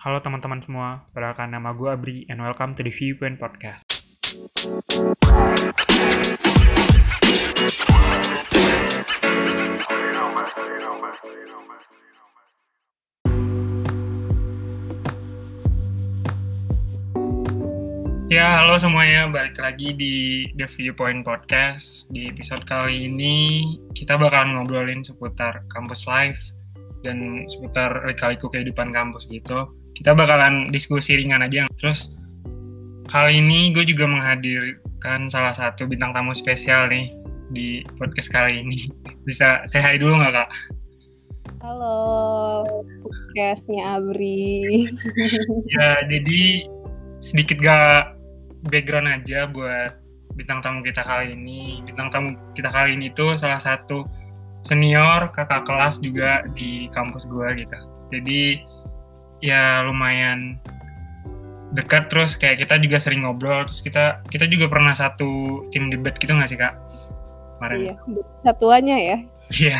Halo teman-teman semua, perkenalkan nama gue Abri and welcome to the Viewpoint Podcast. Ya, halo semuanya, balik lagi di The Viewpoint Podcast. Di episode kali ini kita bakalan ngobrolin seputar kampus life dan seputar lika-liku kehidupan kampus gitu. Kita bakalan diskusi ringan aja. Terus kali ini gue juga menghadirkan salah satu bintang tamu spesial nih di podcast kali ini. Bisa say hi dulu nggak, Kak? Halo, podcastnya Abri. Ya, jadi sedikit gak background aja buat bintang tamu kita kali ini. Bintang tamu kita kali ini tuh salah satu senior kakak kelas juga di kampus gue gitu. Jadi ya lumayan dekat, terus kayak kita juga sering ngobrol, terus kita juga pernah satu tim debat gitu nggak sih, Kak? Kemarin. Iya, satuannya ya. Iya.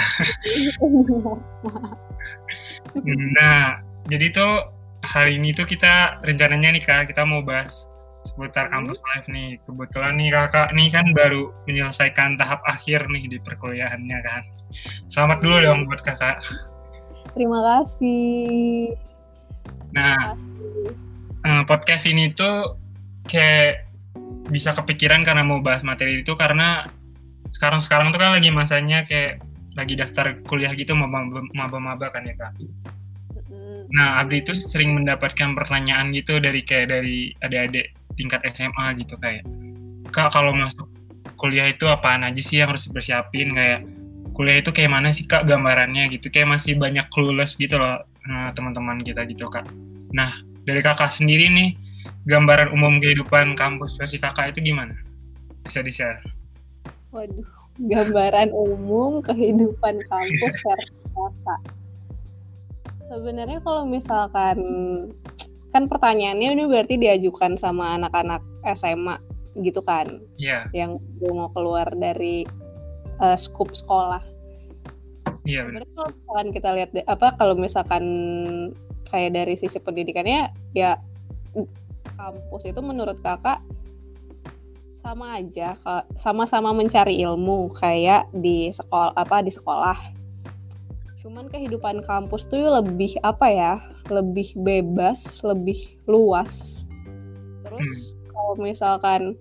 Nah, jadi tuh hari ini tuh kita rencananya nih, Kak, kita mau bahas seputar kampus life nih. Kebetulan nih Kakak nih kan baru menyelesaikan tahap akhir nih di perkuliahannya kan. Selamat dulu dong buat Kakak. Terima kasih. Nah, podcast ini tuh kayak bisa kepikiran karena mau bahas materi itu karena sekarang tuh kan lagi masanya kayak lagi daftar kuliah gitu, maba-maba kan ya, Kak. Nah, Abdi itu sering mendapatkan pertanyaan gitu dari adik-adik tingkat SMA gitu, kayak, Kak, kalau masuk kuliah itu apaan aja sih yang harus dipersiapin, kayak kuliah itu kayak mana sih, Kak, gambarannya gitu, kayak masih banyak clueless gitu loh teman-teman kita gitu, Kak. Nah, dari Kakak sendiri nih, gambaran umum kehidupan kampus versi Kakak itu gimana? Bisa di-share? Waduh, gambaran umum kehidupan kampus versi Kakak. Sebenarnya kalau misalkan, kan pertanyaannya ini berarti diajukan sama anak-anak SMA gitu kan? Iya. Yang mau keluar dari skup sekolah. Iya. Sebenarnya kalau misalkan kita lihat kalau misalkan kayak dari sisi pendidikannya, ya kampus itu menurut Kakak sama aja, sama-sama mencari ilmu kayak di sekolah. Cuman kehidupan kampus tuh lebih lebih bebas, lebih luas. Terus kalau misalkan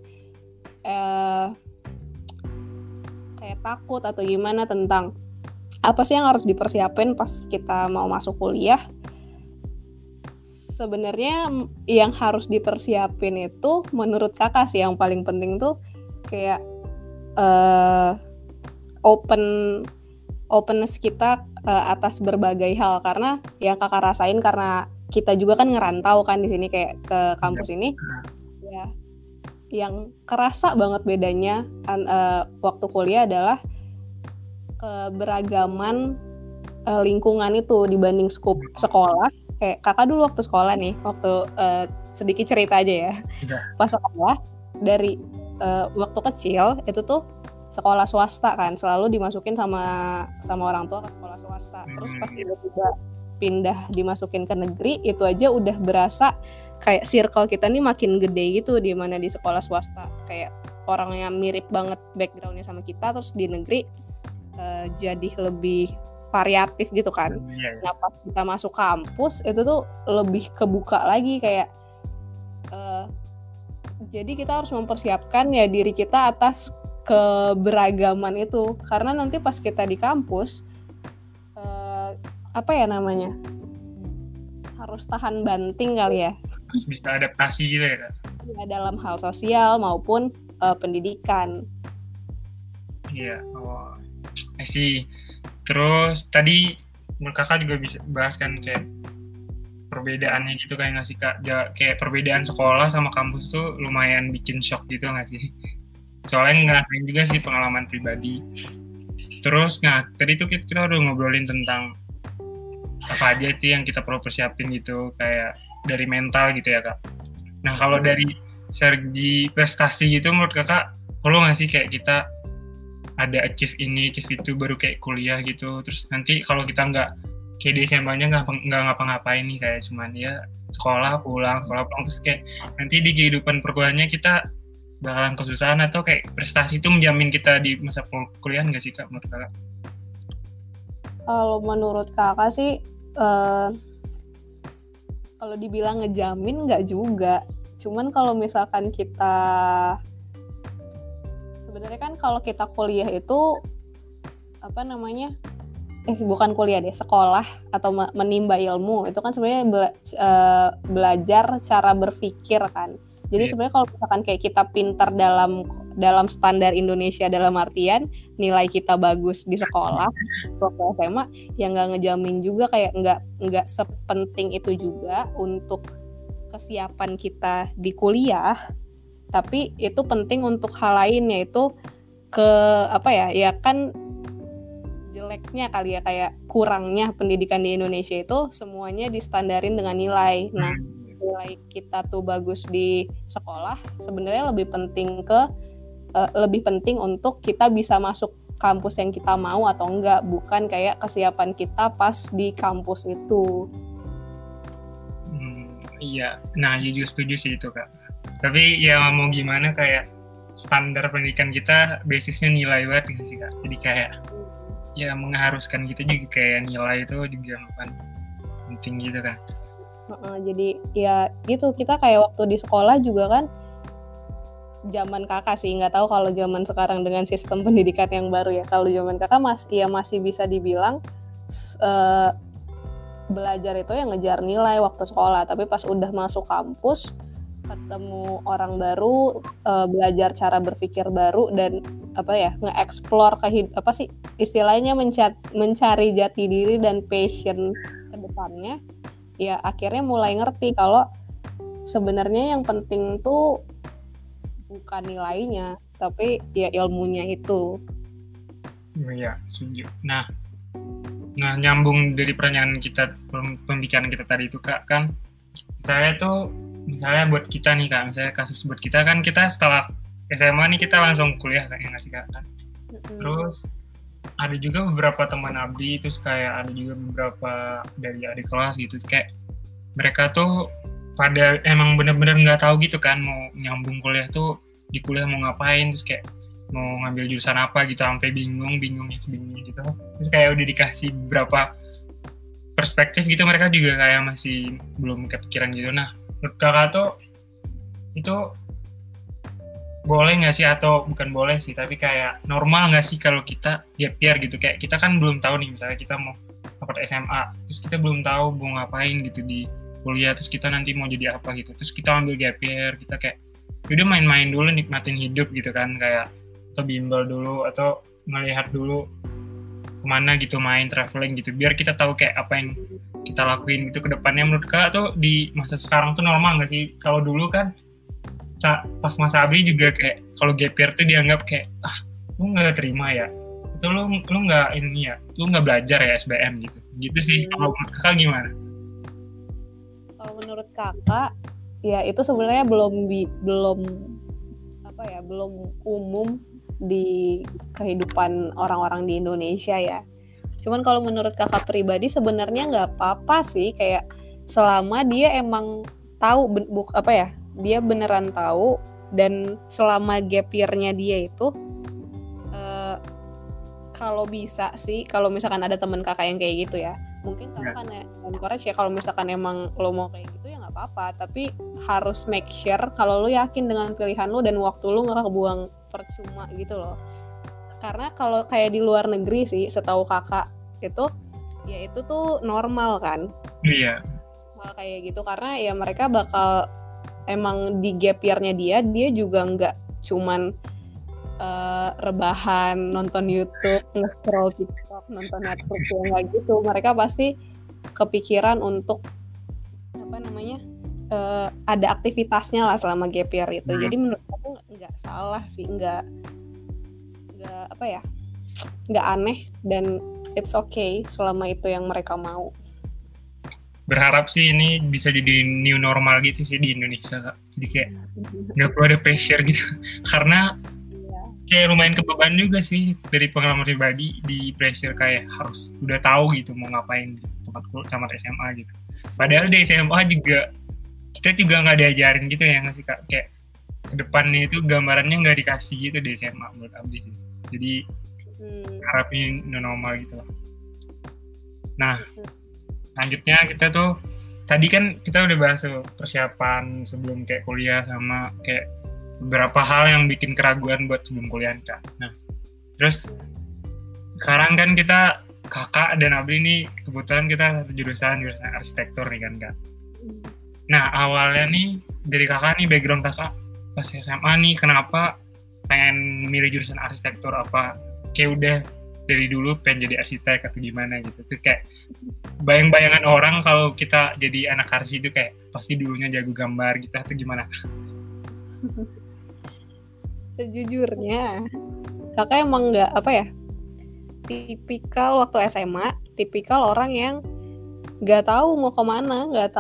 kayak takut atau gimana tentang apa sih yang harus dipersiapin pas kita mau masuk kuliah, sebenarnya yang harus dipersiapin itu menurut Kakak sih yang paling penting tuh kayak openness kita atas berbagai hal, karena yang Kakak rasain karena kita juga kan ngerantau kan di sini kayak ke kampus ini ya, yang kerasa banget bedanya waktu kuliah adalah keberagaman lingkungan itu dibanding skup sekolah. Kayak Kakak dulu waktu sekolah nih, waktu sedikit cerita aja ya. Pas sekolah dari waktu kecil itu tuh sekolah swasta kan, selalu dimasukin sama orang tua ke sekolah swasta. Terus pas tiba-tiba pindah dimasukin ke negeri, itu aja udah berasa kayak circle kita nih makin gede gitu, di mana di sekolah swasta kayak orangnya mirip banget backgroundnya sama kita, terus di negeri jadi lebih variatif gitu kan. Nah pas kita masuk kampus itu tuh lebih kebuka lagi kayak jadi kita harus mempersiapkan ya diri kita atas keberagaman itu, karena nanti pas kita di kampus harus tahan banting kali ya, harus bisa adaptasi gitu ya, Kak? Ya, dalam hal sosial maupun pendidikan. Iya. I see. Terus tadi Kakak juga bisa bahas kan kayak perbedaannya gitu kayak nggak sih, Kak? Kayak perbedaan sekolah sama kampus tuh lumayan bikin shock gitu nggak sih? Soalnya ngerasain juga sih pengalaman pribadi. Terus tadi tuh kita udah ngobrolin tentang apa aja sih yang kita perlu persiapin gitu, kayak dari mental gitu ya, Kak. Nah kalau dari segi prestasi gitu menurut Kakak perlu nggak sih kayak kita ada achieve ini, achieve itu baru kayak kuliah gitu, terus nanti kalau kita nggak kayak di SMA-nya nggak ngapa-ngapain nih, kayak cuman ya sekolah pulang terus kayak nanti di kehidupan perkuliahannya kita bakalan kesusahan atau kayak prestasi itu menjamin kita di masa kuliah nggak sih Kak menurut Kakak? Kalau menurut Kakak sih kalau dibilang ngejamin nggak juga. Cuman kalau misalkan kita sebenarnya kan kalau kita kuliah itu bukan kuliah deh, sekolah atau menimba ilmu itu kan sebenarnya belajar cara berpikir kan. Jadi sebenarnya kalau misalkan kayak kita pintar dalam standar Indonesia, dalam artian nilai kita bagus di sekolah waktu SMA, ya nggak ngejamin juga, kayak nggak sepenting itu juga untuk kesiapan kita di kuliah. Tapi itu penting untuk hal lain, yaitu ya kan jeleknya kali ya, kayak kurangnya pendidikan di Indonesia itu semuanya distandarin dengan nilai. Nah, nilai kita tuh bagus di sekolah sebenarnya lebih penting untuk kita bisa masuk kampus yang kita mau atau enggak, bukan kayak kesiapan kita pas di kampus itu. Iya, nah juga setuju sih itu Kak. Tapi ya mau gimana, kayak standar pendidikan kita basisnya nilai banget nggak sih Kak? Jadi kayak ya mengharuskan kita juga kayak nilai itu juga penting gitu kan. Jadi ya gitu, kita kayak waktu di sekolah juga kan, zaman Kakak sih, nggak tahu kalau zaman sekarang dengan sistem pendidikan yang baru ya. Kalau zaman Kakak masih bisa dibilang belajar itu yang ngejar nilai waktu sekolah, tapi pas udah masuk kampus ketemu orang baru, belajar cara berpikir baru dan nge-explore istilahnya mencari jati diri dan passion ke depannya, ya akhirnya mulai ngerti kalau sebenarnya yang penting tuh bukan nilainya, tapi ya ilmunya itu. Iya, setuju. Nah nyambung dari pertanyaan kita, pembicaraan kita tadi itu Kak, kan misalnya buat kita nih Kak, misalnya kasus buat kita kan, kita setelah SMA nih kita langsung kuliah kan, ya nggak sih Kak? Terus ada juga beberapa teman Abdi, terus kayak ada juga beberapa dari adik kelas gitu, kayak mereka tuh pada emang bener-bener nggak tahu gitu kan mau nyambung kuliah tuh, di kuliah mau ngapain, terus kayak mau ngambil jurusan apa gitu, sampai bingung gitu. Terus kayak udah dikasih beberapa perspektif gitu, mereka juga kayak masih belum kepikiran gitu. Nah, menurut Kakak tuh itu boleh nggak sih, atau bukan boleh sih, tapi kayak normal nggak sih kalau kita gap year gitu? Kayak kita kan belum tahu nih, misalnya kita mau dapat SMA, terus kita belum tahu mau ngapain gitu di kuliah, terus kita nanti mau jadi apa gitu, terus kita ambil gap year, kita kayak udah main-main dulu, nikmatin hidup gitu kan, kayak atau bimbel dulu atau melihat dulu kemana gitu, main traveling gitu, biar kita tahu kayak apa yang kita lakuin gitu ke depannya. Menurut Kak tuh di masa sekarang tuh normal nggak sih? Kalau dulu kan pas masa Abri juga kayak kalau gap year tuh dianggap kayak lu nggak terima ya, itu lu nggak ini ya, lu nggak belajar ya SBM gitu sih. Kalau menurut Kakak gimana? Kalau menurut Kakak ya itu sebenarnya belum umum di kehidupan orang-orang di Indonesia ya. Cuman kalau menurut Kakak pribadi sebenarnya nggak apa-apa sih, kayak selama dia emang tahu dia beneran tahu, dan selama gap year-nya dia itu kalau bisa sih, kalau misalkan ada teman Kakak yang kayak gitu ya, mungkin Kakak kan encourage ya, kalau misalkan emang lo mau kayak gitu ya nggak apa-apa, tapi harus make sure kalau lo yakin dengan pilihan lo dan waktu lo nggak kebuang percuma gitu loh. Karena kalau kayak di luar negeri sih, setahu Kakak itu ya itu tuh normal kan. Iya. Hal kayak gitu, karena ya mereka bakal emang di gap year-nya dia juga nggak cuman rebahan, nonton YouTube, nge-scroll TikTok, nonton Netflix, ya nggak gitu. Mereka pasti kepikiran untuk ada aktivitasnya lah selama gap year itu. Jadi menurut aku nggak salah sih, nggak aneh, dan it's okay selama itu yang mereka mau. Berharap sih ini bisa jadi new normal gitu sih di Indonesia Kak. Jadi kayak nggak perlu ada pressure gitu, karena kayak lumayan kebeban juga sih dari pengalaman pribadi, di pressure kayak harus udah tahu gitu mau ngapain gitu tamat SMA gitu. Padahal di SMA juga kita juga nggak diajarin gitu ya nggak sih Kak, kayak ke depannya itu gambarannya nggak dikasih gitu di SMA menurut Abdi sih. Jadi harapin new normal gitu lah. Nah, lanjutnya kita tuh tadi kan kita udah bahas tuh persiapan sebelum kayak kuliah sama kayak beberapa hal yang bikin keraguan buat sebelum kuliah Kak. Nah, terus sekarang kan kita Kakak dan Abdi ini kebetulan kita jurusan arsitektur nih kan Kak. Nah, awalnya nih dari Kakak nih, background Kakak pas SMA nih, kenapa pengen milih jurusan arsitektur? Apa kayak udah dari dulu pengen jadi arsitek atau gimana gitu? Terus kayak bayang-bayangan orang kalau kita jadi anak arsi itu kayak pasti dulunya jago gambar gitu atau gimana? Sejujurnya Kakak emang nggak apa ya, tipikal waktu SMA, tipikal orang yang nggak tahu mau kemana, nggak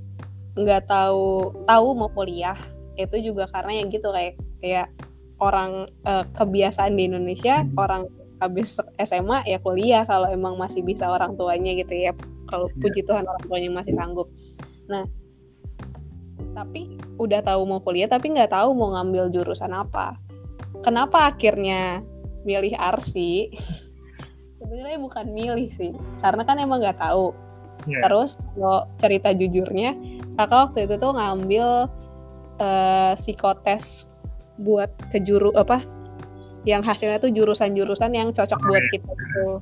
tahu mau kuliah. Itu juga karena yang gitu kayak orang kebiasaan di Indonesia, orang habis SMA ya kuliah kalau emang masih bisa orang tuanya gitu ya, kalau puji Tuhan orang tuanya masih sanggup. Nah, tapi udah tahu mau kuliah tapi nggak tahu mau ngambil jurusan apa. Kenapa akhirnya milih arsi? Sebenarnya bukan milih sih, karena kan emang nggak tahu. Terus kalau cerita jujurnya, Kakak waktu itu tuh ngambil psikotes buat ke yang hasilnya tuh jurusan-jurusan yang cocok buat kita tuh.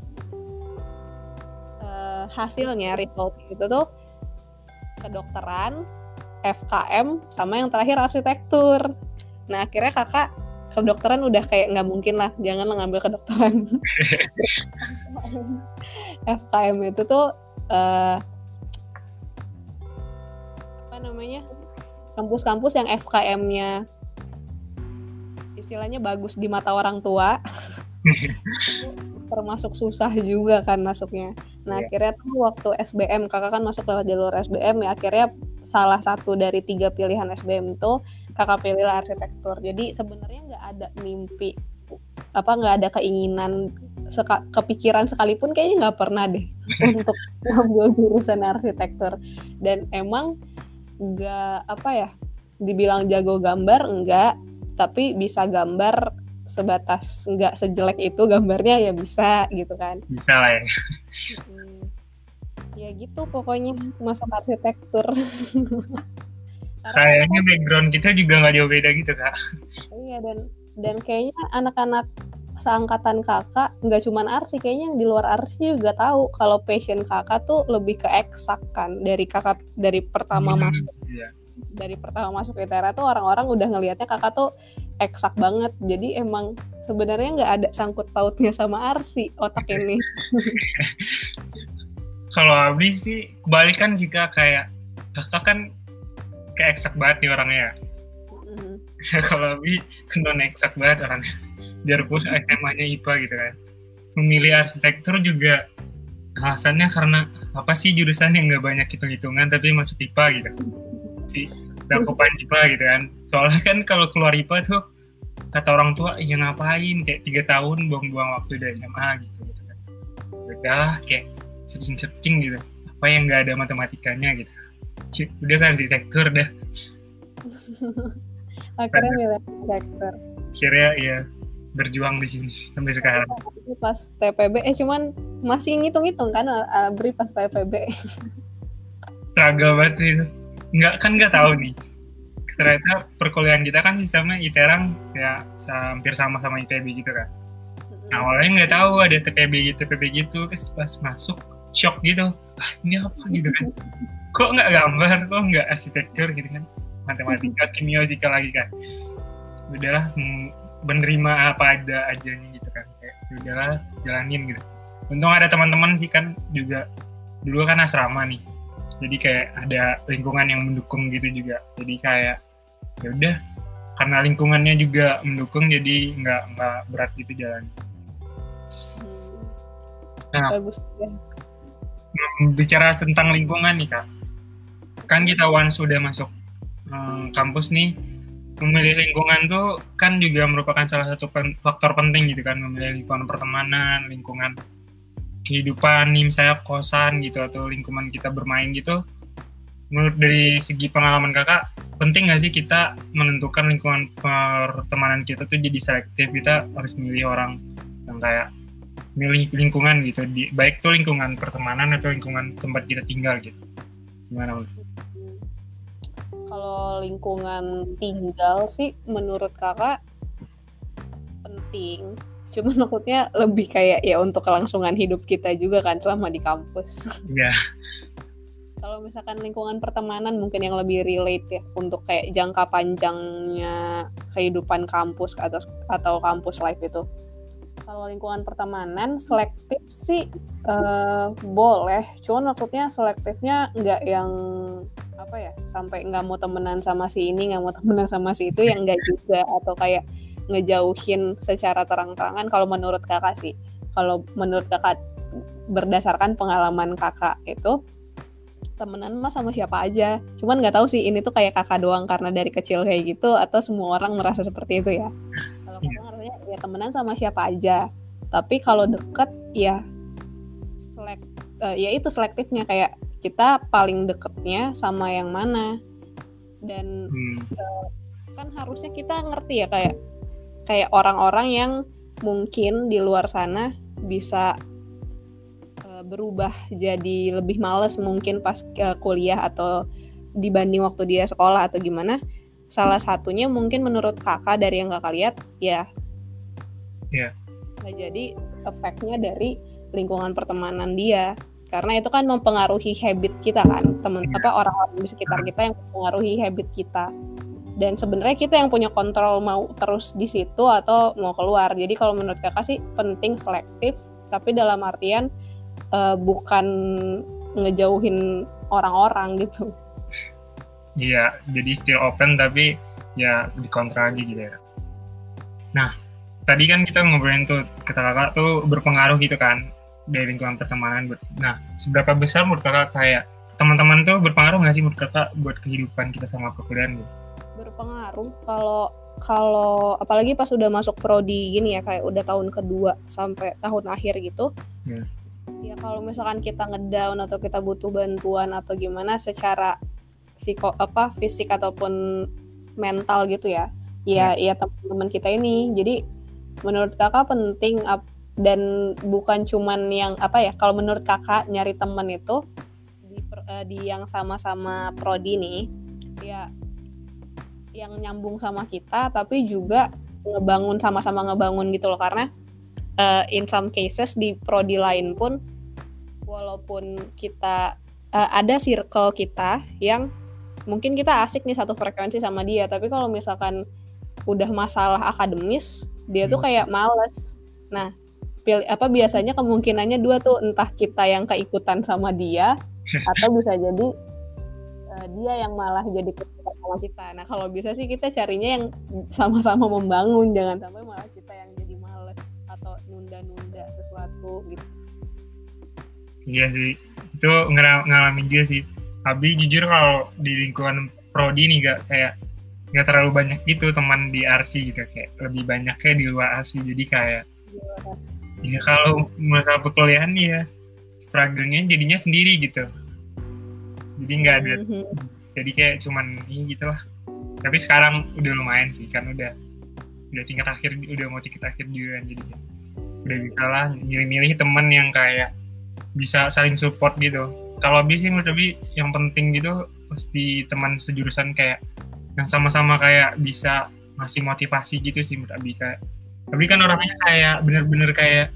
Hasilnya result itu tuh kedokteran, FKM, sama yang terakhir arsitektur. Nah, akhirnya Kakak kedokteran udah kayak nggak mungkin lah, jangan ngambil kedokteran. FKM itu tuh kampus-kampus yang FKM-nya istilahnya bagus di mata orang tua. Termasuk susah juga kan masuknya. Nah, akhirnya tuh waktu SBM, Kakak kan masuk lewat jalur SBM ya, akhirnya salah satu dari 3 pilihan SBM itu Kakak pilih arsitektur. Jadi sebenarnya nggak ada mimpi, nggak ada keinginan, kepikiran sekalipun kayaknya nggak pernah deh untuk ngambil jurusan arsitektur. Dan emang nggak dibilang jago gambar enggak, tapi bisa gambar sebatas nggak sejelek itu gambarnya ya bisa gitu kan. Bisa lah ya. Ya gitu pokoknya masuk arsitektur. Kayaknya background kita juga nggak jauh beda gitu Kak. Iya, dan kayaknya anak-anak seangkatan Kakak nggak cuma arsi, kayaknya yang di luar arsi juga tahu kalau passion Kakak tuh lebih ke eksak kan. Dari pertama masuk. Iya. Dari pertama masuk ITERA tuh orang-orang udah ngelihatnya Kakak tuh eksak banget. Jadi emang sebenarnya nggak ada sangkut pautnya sama arsi otak ini. Kalau Abdi sih kebalikan sih Kak, kayak Kakak kan kayak eksak banget nih orangnya. Kalau Abdi kan non eksak banget orangnya. Biarpun SMA-nya IPA gitu kan. Memilih arsitektur juga alasannya karena apa sih, jurusan yang nggak banyak hitung-hitungan tapi masuk IPA gitu. Si dakopan IPA gitu kan. Soalnya kan kalau keluar IPA tuh kata orang tua ya ngapain kayak 3 tahun buang-buang waktu dari SMA gitu kan. Udahlah kayak searching gitu. Apa yang nggak ada matematikanya gitu. Udah kan arsitektur dah. Akhirnya milih arsitektur. Akhirnya ya berjuang di sini sampai sekarang. Pas TPB cuman masih ngitung-ngitung kan Abri pas TPB. Struggle banget sih. Nggak tahu nih. Ternyata perkuliahan kita kan sistemnya ITERAM ya hampir sama ITB gitu kan. Nah, awalnya nggak tahu ada TPB gitu, terus pas masuk shock gitu. Ini apa gitu kan? Kok nggak gambar, kok nggak arsitektur gitu kan? Matematika, kimia, fisika lagi kan. Udahlah, menerima apa ada aja gitu kan. Kayak udahlah jalanin gitu. Untung ada teman-teman sih kan juga dulu kan asrama nih. Jadi kayak ada lingkungan yang mendukung gitu juga. Jadi kayak ya udah, karena lingkungannya juga mendukung jadi nggak berat gitu jalan. Nah, bagus ya. Bicara tentang lingkungan nih Kak, kan kita once sudah masuk kampus nih, memilih lingkungan tuh kan juga merupakan salah satu faktor penting gitu kan, memilih lingkungan pertemanan, lingkungan kehidupan nih, misalnya kosan gitu atau lingkungan kita bermain gitu, menurut dari segi pengalaman kakak, penting nggak sih kita menentukan lingkungan pertemanan kita tuh jadi selektif? Kita harus milih orang yang kayak milih lingkungan gitu, baik tuh lingkungan pertemanan atau lingkungan tempat kita tinggal gitu. Gimana menurut? Kalau lingkungan tinggal sih menurut kakak penting. Cuma maksudnya lebih kayak ya untuk kelangsungan hidup kita juga kan selama di kampus. Iya. Kalau misalkan lingkungan pertemanan mungkin yang lebih relate ya untuk kayak jangka panjangnya kehidupan kampus atau kampus life itu. Kalau lingkungan pertemanan selektif sih boleh, cuman maksudnya selektifnya nggak yang apa ya sampai nggak mau temenan sama si ini, nggak mau temenan sama si itu, yang nggak juga, atau kayak ngejauhin secara terang-terangan. Kalau menurut kakak sih, kalau menurut kakak berdasarkan pengalaman kakak itu temenan mah sama siapa aja. Cuman nggak tahu sih ini tuh kayak kakak doang karena dari kecil kayak gitu atau semua orang merasa seperti itu ya. Kalau kakak ngerasanya ya temenan sama siapa aja. Tapi kalau deket ya ya itu selektifnya, kayak kita paling deketnya sama yang mana. Dan kan harusnya kita ngerti ya kayak orang-orang yang mungkin di luar sana bisa berubah jadi lebih males mungkin pas kuliah atau dibanding waktu dia sekolah atau gimana. Salah satunya mungkin menurut kakak dari yang kakak lihat ya jadi efeknya dari lingkungan pertemanan dia, karena itu kan mempengaruhi habit kita kan, orang-orang di sekitar kita yang mempengaruhi habit kita. Dan sebenarnya kita yang punya kontrol mau terus di situ atau mau keluar. Jadi kalau menurut kakak sih penting selektif, tapi dalam artian bukan ngejauhin orang-orang gitu. Iya, jadi still open tapi ya dikontrol aja gitu ya. Nah, tadi kan kita ngobrolin tuh, kata kakak tuh berpengaruh gitu kan dari lingkungan pertemanan. Nah, seberapa besar menurut kakak kayak teman-teman tuh berpengaruh nggak sih menurut kakak buat kehidupan kita sama perkuliahan gitu? Berpengaruh kalau apalagi pas udah masuk prodi gini ya, kayak udah tahun kedua sampai tahun akhir gitu. Ya kalau misalkan kita ngedown atau kita butuh bantuan atau gimana secara fisik ataupun mental gitu ya. Ya teman-teman kita ini. Jadi menurut kakak penting dan bukan cuman yang kalau menurut kakak nyari teman itu di yang sama-sama prodi nih ya, yang nyambung sama kita tapi juga sama-sama ngebangun gitu loh. Karena in some cases di prodi lain pun walaupun kita ada circle kita yang mungkin kita asik nih satu frekuensi sama dia, tapi kalau misalkan udah masalah akademis dia tuh kayak males. Nah, biasanya kemungkinannya dua tuh, entah kita yang keikutan sama dia atau bisa jadi dia yang malah jadi keikutan sama kita. Nah, kalau bisa sih kita carinya yang sama-sama membangun, jangan sampai malah kita yang jadi males atau nunda-nunda sesuatu gitu. Iya sih, itu ngalamin juga sih. Abi jujur kalau di lingkungan prodi nih nggak terlalu banyak gitu teman di RC gitu, kayak lebih banyak kayak di luar RC. Jadi kayak ya kalau masalah perkuliahan ya struggle-nya jadinya sendiri gitu. Jadi nggak ada. Jadi kayak cuman ini gitulah. Tapi sekarang udah lumayan sih, kan udah tingkat akhir, udah mau tingkat akhir juga, jadi udah bisa lah milih-milih teman yang kayak bisa saling support gitu. Kalau Abi sih menurut Abi yang penting gitu pasti teman sejurusan kayak yang sama-sama kayak bisa ngasih motivasi gitu sih menurut Abi. Kayak Abi kan orangnya kayak bener-bener kayak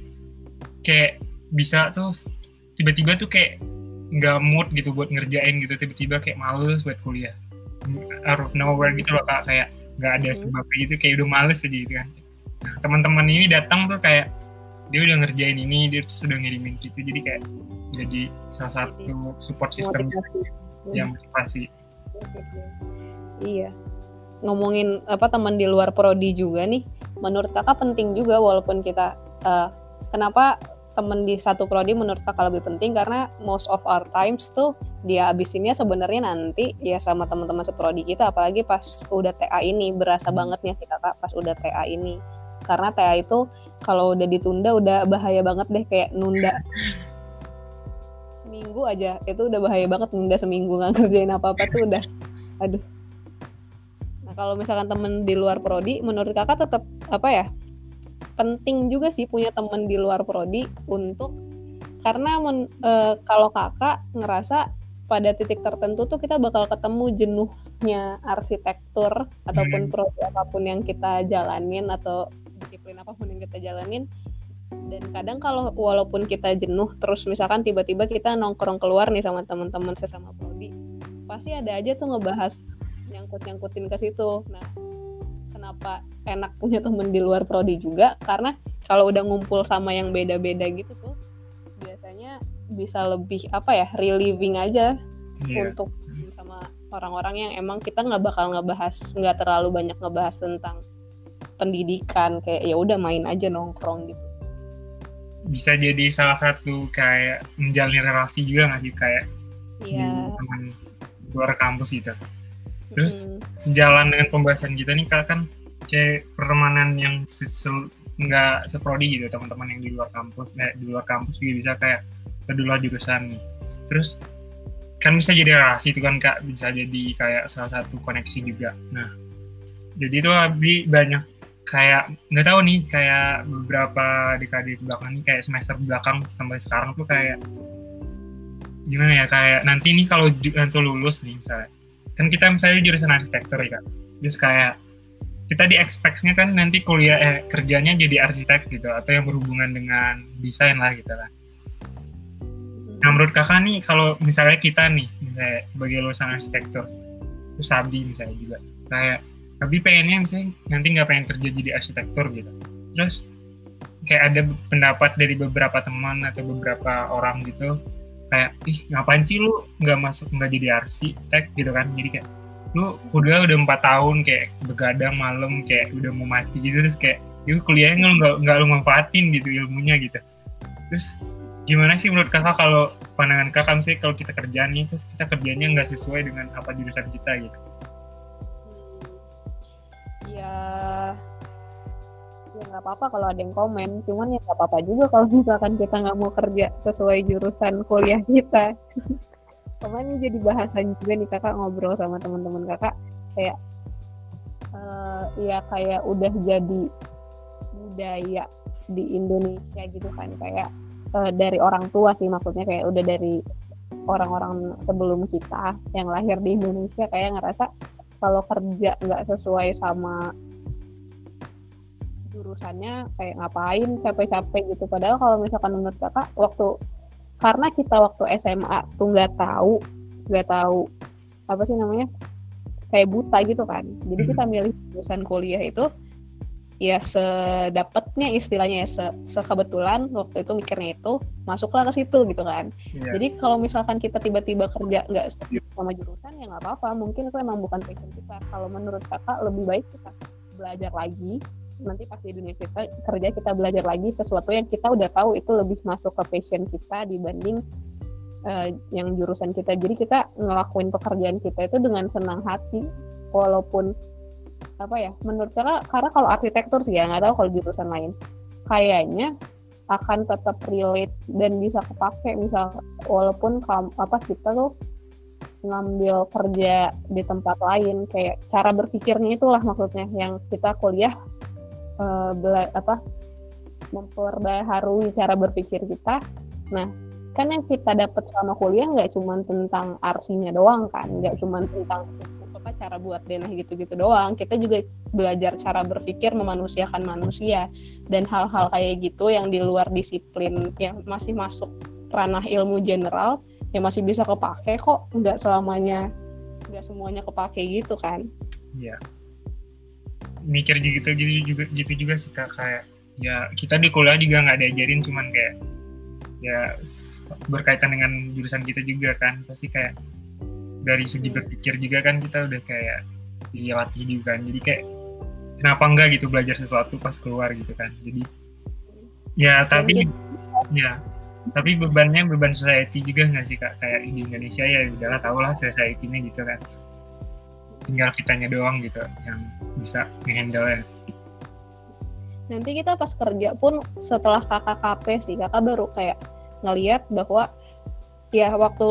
bisa tuh tiba-tiba tuh kayak nggak mood gitu buat ngerjain gitu, tiba-tiba kayak males buat kuliah out of nowhere gitu loh Kak, kayak nggak ada sebab gitu, kayak udah males aja gitu kan. Nah, teman-teman ini datang tuh kayak dia udah ngerjain ini, dia sudah ngirimin gitu, jadi kayak jadi salah satu support system yang motivasi. Iya, ngomongin teman di luar prodi juga nih, menurut kakak penting juga, walaupun kita kenapa teman di satu prodi menurut kakak lebih penting, karena most of our times tuh dia abisinnya sebenarnya nanti ya sama teman-teman seprodi kita, apalagi pas udah TA ini berasa bangetnya sih kakak pas udah TA ini. karena TA itu kalau udah ditunda udah bahaya banget deh, kayak nunda seminggu aja itu udah bahaya banget, nunda seminggu nggak ngerjain apa-apa tuh udah aduh. Nah kalau misalkan temen di luar prodi, menurut kakak tetap apa ya, penting juga sih punya temen di luar prodi untuk, karena kalau kakak ngerasa pada titik tertentu tuh kita bakal ketemu jenuhnya arsitektur ataupun prodi apapun yang kita jalanin atau disiplin apapun yang kita jalanin. Dan kadang kalau walaupun kita jenuh terus misalkan tiba-tiba kita nongkrong keluar nih sama teman-teman sesama prodi, pasti ada aja tuh ngebahas nyangkut-nyangkutin ke situ. Nah, kenapa enak punya temen di luar prodi juga? Karena kalau udah ngumpul sama yang beda-beda gitu tuh biasanya bisa lebih apa ya, relieving aja untuk sama orang-orang yang emang kita nggak bakal nggak terlalu banyak ngebahas tentang pendidikan, kayak ya udah main aja nongkrong gitu. Bisa jadi salah satu kayak menjalin relasi juga nggak sih, kayak di teman luar kampus gitu. Terus sejalan dengan pembahasan kita nih kak, kan kayak pertemanan yang nggak seprodi gitu, teman-teman yang di luar kampus, di luar kampus juga bisa kayak kedua jurusan nih. Terus kan bisa jadi relasi itu kan kak, bisa jadi kayak salah satu koneksi juga. Nah jadi itu lebih banyak kayak nggak tahu nih, kayak beberapa dekade belakang nih, kayak semester belakang sampai sekarang tuh kayak gimana ya, kayak nanti nih kalau nanti lulus nih misalnya, kan kita misalnya jurusan arsitektur ya kak, terus kayak kita di-expect-nya kan nanti kuliah kerjanya jadi arsitek gitu, atau yang berhubungan dengan desain lah gitu lah. Nah menurut kakak nih, kalau misalnya kita nih misalnya sebagai lulusan arsitektur, terus Abi misalnya juga kayak Abi pengennya misalnya nanti nggak pengen kerja jadi arsitektur gitu, terus kayak ada pendapat dari beberapa teman atau beberapa orang gitu kayak, ih ngapain sih lu nggak jadi arsitek gitu kan, jadi kayak lu udah 4 tahun kayak begadang malam kayak udah mau mati gitu, terus kayak itu kuliahnya nggak lu manfaatin gitu ilmunya gitu. Terus gimana sih menurut kakak kalau pandangan kakak misalnya kalau kita kerja nih, terus kita kerjanya nggak sesuai dengan apa jurusan kita gitu? Ya nggak apa-apa kalau ada yang komen, cuman ya nggak apa-apa juga kalau misalkan kita nggak mau kerja sesuai jurusan kuliah kita. Kemarin jadi bahasan juga nih kakak ngobrol sama teman-teman kakak, kayak ya kayak udah jadi budaya di Indonesia gitu kan, kayak dari orang tua sih maksudnya, kayak udah dari orang-orang sebelum kita yang lahir di Indonesia kayak ngerasa kalau kerja nggak sesuai sama jurusannya kayak ngapain capek-capek gitu. Padahal kalau misalkan menurut kakak, karena kita waktu SMA tuh nggak tahu apa sih namanya, kayak buta gitu kan, jadi kita milih jurusan kuliah itu ya sedapatnya istilahnya, ya sekebetulan waktu itu mikirnya itu masuklah ke situ gitu kan. Jadi kalau misalkan kita tiba-tiba kerja nggak sama jurusan ya nggak apa-apa, mungkin itu emang bukan passion kita. Kalau menurut kakak lebih baik kita belajar lagi, nanti pas di dunia kita kerja kita belajar lagi sesuatu yang kita udah tahu itu lebih masuk ke passion kita dibanding yang jurusan kita. Jadi kita ngelakuin pekerjaan kita itu dengan senang hati, walaupun apa ya, menurut kakak, karena kalau arsitektur sih ya nggak tahu kalau jurusan lain kayaknya akan tetap relate dan bisa kepake misal walaupun kita tuh ngambil kerja di tempat lain, kayak cara berpikirnya itulah maksudnya yang kita kuliah memperbaharui cara berpikir kita. Nah kan yang kita dapat selama kuliah nggak cuma tentang arsinya doang kan, nggak cuma tentang cara buat denah gitu-gitu doang, kita juga belajar cara berpikir memanusiakan manusia dan hal-hal kayak gitu yang di luar disiplin yang masih masuk ranah ilmu general yang masih bisa kepake kok, nggak semuanya kepake gitu kan. Iya, mikir gitu juga sih kak, kayak ya kita di kuliah juga nggak diajarin, cuman kayak ya berkaitan dengan jurusan kita juga kan, pasti kayak dari segi berpikir juga kan kita udah kayak dilatih juga kan, jadi kayak kenapa enggak gitu belajar sesuatu pas keluar gitu kan. Jadi ya tapi beban society juga nggak sih kak, kayak di Indonesia ya udahlah tau lah society-nya gitu kan, tinggal kitanya doang gitu yang bisa nge-handle ya. Nanti kita pas kerja pun setelah kakak KP sih, kakak baru kayak ngeliat bahwa ya waktu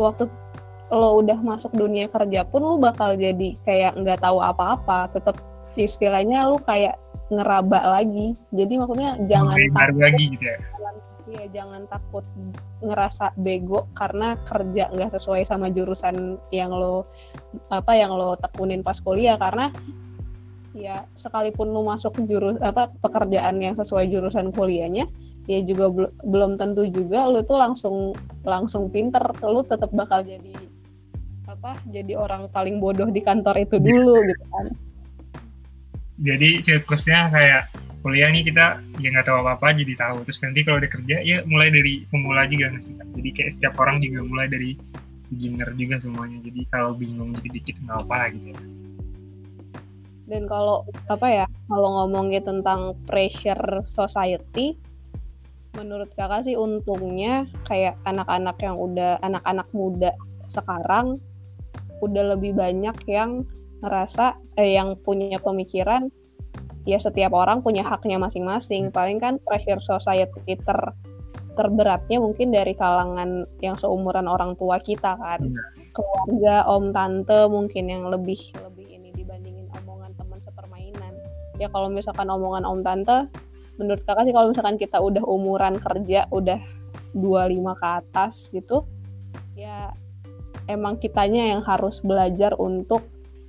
lo udah masuk dunia kerja pun lo bakal jadi kayak nggak tahu apa-apa, tetap istilahnya lo kayak ngeraba lagi. Jadi maksudnya jangan takut lagi gitu ya. Iya, jangan takut ngerasa bego karena kerja nggak sesuai sama jurusan yang lo tekunin pas kuliah, karena ya sekalipun lu masuk pekerjaan yang sesuai jurusan kuliahnya, ya juga belum tentu juga lu tuh langsung pinter. Lu tetap bakal jadi orang paling bodoh di kantor itu dulu gitu kan. Jadi siklusnya kayak kuliah nih kita ya nggak tahu apa-apa jadi tahu, terus nanti kalau udah kerja ya mulai dari pemula juga nggak sih? Jadi kayak setiap orang juga mulai dari beginner juga semuanya, jadi kalau bingung dikit-dikit nggak apa gitu ya. Dan kalau ngomongin tentang pressure society, menurut kakak sih untungnya kayak anak-anak muda sekarang udah lebih banyak yang ngerasa yang punya pemikiran ya setiap orang punya haknya masing-masing. Paling kan pressure society terberatnya mungkin dari kalangan yang seumuran orang tua kita kan, keluarga, om tante mungkin yang lebih ini dibandingin omongan teman sepermainan. Ya kalau misalkan omongan om tante, menurut kakak sih kalau misalkan kita udah umuran kerja udah 25 ke atas gitu, ya emang kitanya yang harus belajar untuk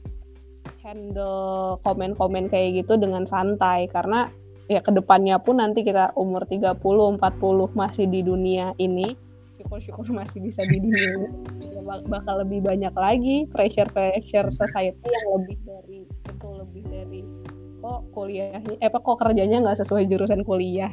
handle komen-komen kayak gitu dengan santai, karena ya kedepannya pun nanti kita umur 30, 40 masih di dunia ini, syukur-syukur masih bisa di dunia ini, ya bakal lebih banyak lagi pressure society yang lebih dari kok kuliahnya kok kerjanya nggak sesuai jurusan kuliah.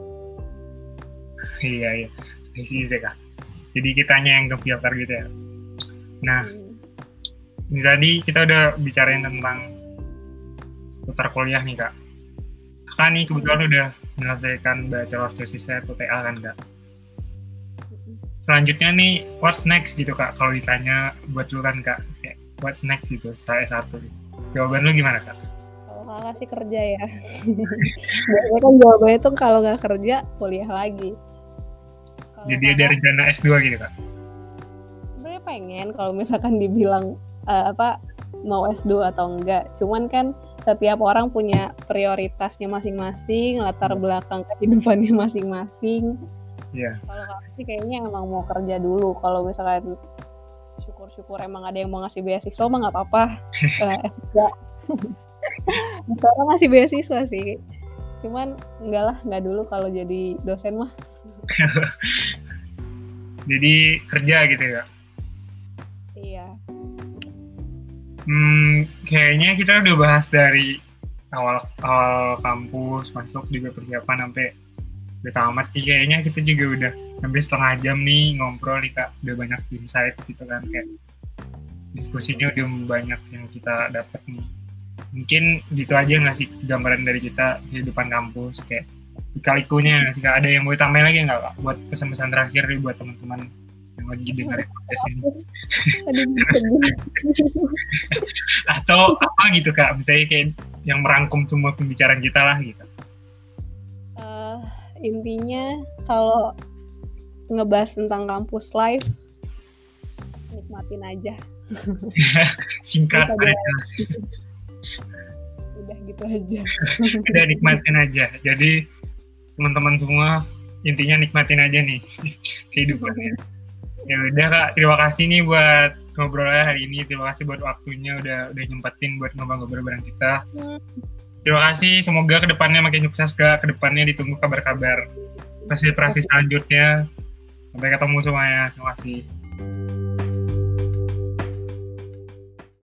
Iya sih Kak. Jadi kitanya yang kefilter gitu ya. Nah, ini tadi kita udah bicarain tentang seputar kuliah nih Kak. Kakak nih kebetulan udah menyelesaikan bachelor thesis atau TA kan Kak. Selanjutnya nih, what's next gitu Kak? Kalau ditanya buat lu kan Kak, kayak what's next gitu setelah S1 gitu. Jawaban lu gimana Kak? Kalau kakak sih kerja ya. Biasanya kan jawabannya tuh kalau nggak kerja, kuliah lagi. Jadi ada rencana S2 gitu Kak? Sebenarnya pengen kalau misalkan dibilang mau S2 atau enggak. Cuman kan setiap orang punya prioritasnya masing-masing, latar belakang kehidupannya masing-masing. Iya. Kalau kakak sih kayaknya emang mau kerja dulu. Kalau misalkan syukur-syukur emang ada yang mau ngasih beasiswa mah nggak apa-apa. S2. Sekarang ngasih beasiswa sih. Cuman nggak dulu kalau jadi dosen mah. Jadi kerja gitu ya? Iya. Kayaknya kita udah bahas dari awal kampus masuk juga persiapan sampai udah tamat nih. Kayaknya kita juga udah hampir setengah jam nih ngobrol nih Kak. Udah banyak insight gitu kan, kayak diskusinya udah banyak yang kita dapat nih. Mungkin gitu aja nggak sih gambaran dari kita kehidupan kampus, kayak lika-likunya nggak sih Kak? Ada yang mau tambahin lagi nggak Kak buat pesan-pesan terakhir nih buat teman-teman yang lagi dengerin podcast ini? Atau apa gitu Kak, misalnya kayak yang merangkum semua pembicaraan kita lah gitu. Intinya kalau ngebahas tentang kampus life, nikmatin aja. Singkat aja. Udah gitu aja. Udah nikmatin aja. Jadi teman-teman semua intinya nikmatin aja nih kehidupannya. Ya udah Kak, terima kasih nih buat ngobrolnya hari ini. Terima kasih buat waktunya udah nyempetin buat ngobrol bareng kita. Terima kasih, semoga kedepannya makin sukses Kak. Kedepannya ditunggu kabar-kabar prestasi selanjutnya. Sampai ketemu semuanya. Terima kasih.